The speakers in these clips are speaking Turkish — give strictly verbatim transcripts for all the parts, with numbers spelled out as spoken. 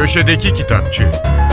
Köşedeki Kitapçı.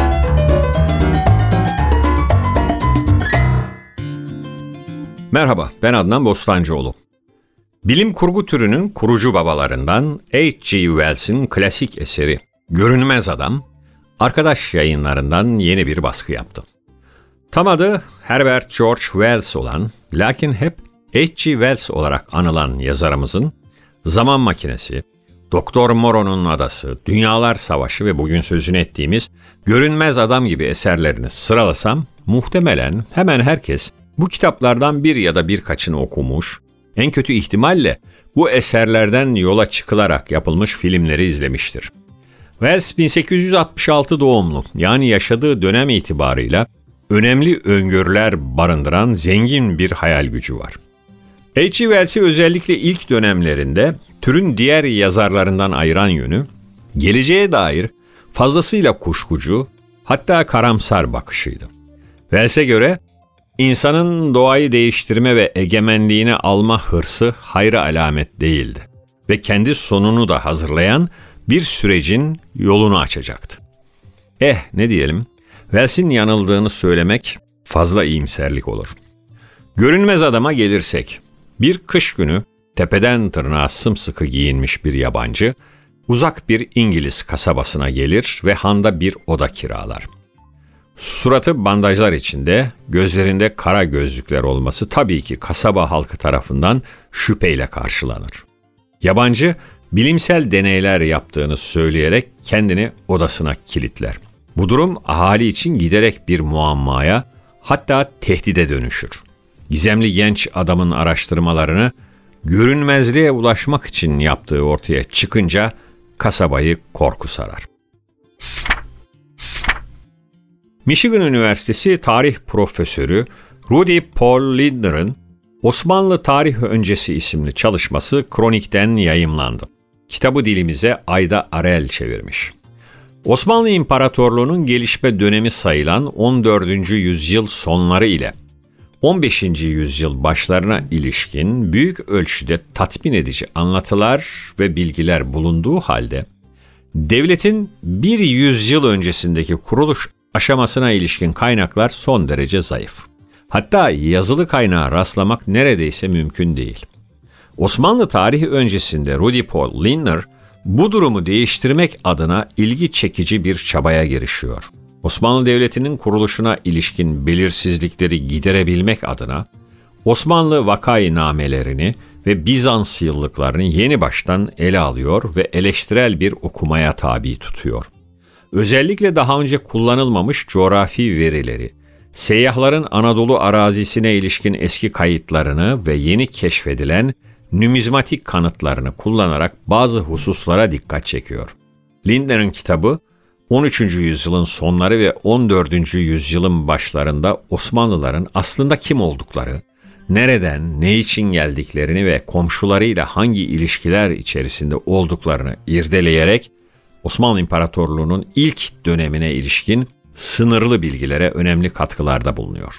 Merhaba, ben Adnan Bostancıoğlu. Bilim kurgu türünün kurucu babalarından H G Wells'in klasik eseri Görünmez Adam, Arkadaş Yayınlarından yeni bir baskı yaptı. Tam adı Herbert George Wells olan, lakin hep H G Wells olarak anılan yazarımızın Zaman Makinesi, Doktor Moreau'nun Adası, Dünyalar Savaşı ve bugün sözünü ettiğimiz Görünmez Adam gibi eserlerini sıralasam, muhtemelen hemen herkes bu kitaplardan bir ya da birkaçını okumuş, en kötü ihtimalle bu eserlerden yola çıkılarak yapılmış filmleri izlemiştir. Wells bin sekiz yüz altmış altı doğumlu, yani yaşadığı dönem itibarıyla önemli öngörüler barındıran zengin bir hayal gücü var. H G Wells'i özellikle ilk dönemlerinde türün diğer yazarlarından ayıran yönü, geleceğe dair fazlasıyla kuşkucu, hatta karamsar bakışıydı. Wells'e göre, insanın doğayı değiştirme ve egemenliğini alma hırsı hayra alamet değildi ve kendi sonunu da hazırlayan bir sürecin yolunu açacaktı. Eh ne diyelim, Wells'in yanıldığını söylemek fazla iyimserlik olur. Görünmez Adama gelirsek, bir kış günü tepeden tırnağa sımsıkı giyinmiş bir yabancı, uzak bir İngiliz kasabasına gelir ve handa bir oda kiralar. Suratı bandajlar içinde, gözlerinde kara gözlükler olması tabii ki kasaba halkı tarafından şüpheyle karşılanır. Yabancı, bilimsel deneyler yaptığını söyleyerek kendini odasına kilitler. Bu durum ahali için giderek bir muammaya, hatta tehdide dönüşür. Gizemli genç adamın araştırmalarını görünmezliğe ulaşmak için yaptığı ortaya çıkınca kasabayı korku sarar. Michigan Üniversitesi tarih profesörü Rudy Paul Lindner'ın Osmanlı Tarih Öncesi isimli çalışması Kronik'ten yayımlandı. Kitabı dilimize Ayda Arel çevirmiş. Osmanlı İmparatorluğu'nun gelişme dönemi sayılan on dördüncü yüzyıl sonları ile on beşinci yüzyıl başlarına ilişkin büyük ölçüde tatmin edici anlatılar ve bilgiler bulunduğu halde, devletin bir yüzyıl öncesindeki kuruluş aşamasına ilişkin kaynaklar son derece zayıf. Hatta yazılı kaynağa rastlamak neredeyse mümkün değil. Osmanlı tarihi öncesinde Rudy Paul Lindner, bu durumu değiştirmek adına ilgi çekici bir çabaya girişiyor. Osmanlı Devleti'nin kuruluşuna ilişkin belirsizlikleri giderebilmek adına Osmanlı vakainamelerini ve Bizans yıllıklarını yeni baştan ele alıyor ve eleştirel bir okumaya tabi tutuyor. Özellikle daha önce kullanılmamış coğrafi verileri, seyyahların Anadolu arazisine ilişkin eski kayıtlarını ve yeni keşfedilen numizmatik kanıtlarını kullanarak bazı hususlara dikkat çekiyor. Lindner'in kitabı, on üçüncü yüzyılın sonları ve on dördüncü yüzyılın başlarında Osmanlıların aslında kim oldukları, nereden, ne için geldiklerini ve komşularıyla hangi ilişkiler içerisinde olduklarını irdeleyerek Osmanlı İmparatorluğu'nun ilk dönemine ilişkin sınırlı bilgilere önemli katkılarda bulunuyor.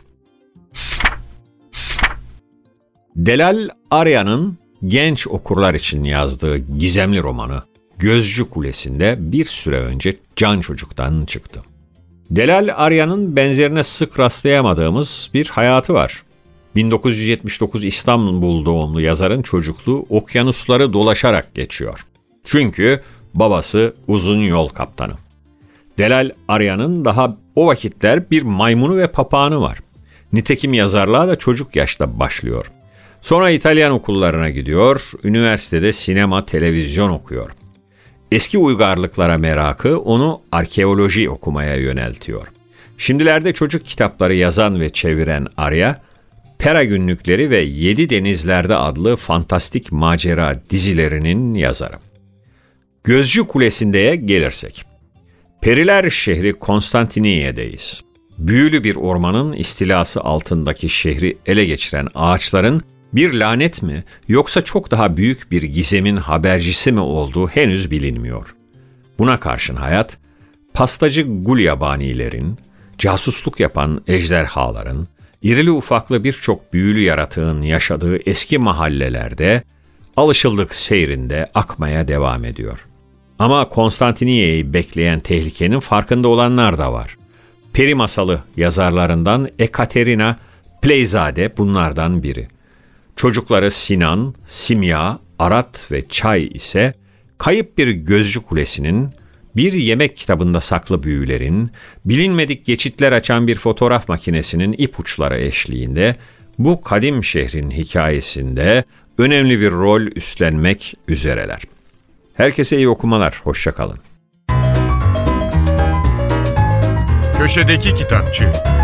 Delal Arya'nın genç okurlar için yazdığı gizemli romanı Gözcü Kulesi'nde bir süre önce Can Çocuk'tan çıktı. Delal Arya'nın benzerine sık rastlayamadığımız bir hayatı var. bin dokuz yüz yetmiş dokuz İstanbul doğumlu yazarın çocukluğu okyanusları dolaşarak geçiyor. Çünkü babası uzun yol kaptanı. Delal Arya'nın daha o vakitler bir maymunu ve papağanı var. Nitekim yazarlığa da çocuk yaşta başlıyor. Sonra İtalyan okullarına gidiyor, üniversitede sinema, televizyon okuyor. Eski uygarlıklara merakı onu arkeoloji okumaya yöneltiyor. Şimdilerde çocuk kitapları yazan ve çeviren Arya, Pera Günlükleri ve Yedi Denizlerde adlı fantastik macera dizilerinin yazarı. Gözcü Kulesi'ndeye gelirsek. Periler şehri Konstantiniye'deyiz. Büyülü bir ormanın istilası altındaki şehri ele geçiren ağaçların bir lanet mi yoksa çok daha büyük bir gizemin habercisi mi olduğu henüz bilinmiyor. Buna karşın hayat, pastacı gulyabanilerin, casusluk yapan ejderhaların, irili ufaklı birçok büyülü yaratığın yaşadığı eski mahallelerde, alışıldık seyrinde akmaya devam ediyor. Ama Konstantiniyye'yi bekleyen tehlikenin farkında olanlar da var. Peri masalı yazarlarından Ekaterina Pleyzade bunlardan biri. Çocukları Sinan, Simya, Arat ve Çay ise kayıp bir gözcü kulesinin, bir yemek kitabında saklı büyülerin, bilinmedik geçitler açan bir fotoğraf makinesinin ipuçları eşliğinde bu kadim şehrin hikayesinde önemli bir rol üstlenmek üzereler. Herkese iyi okumalar, hoşça kalın. Köşedeki Kitapçı.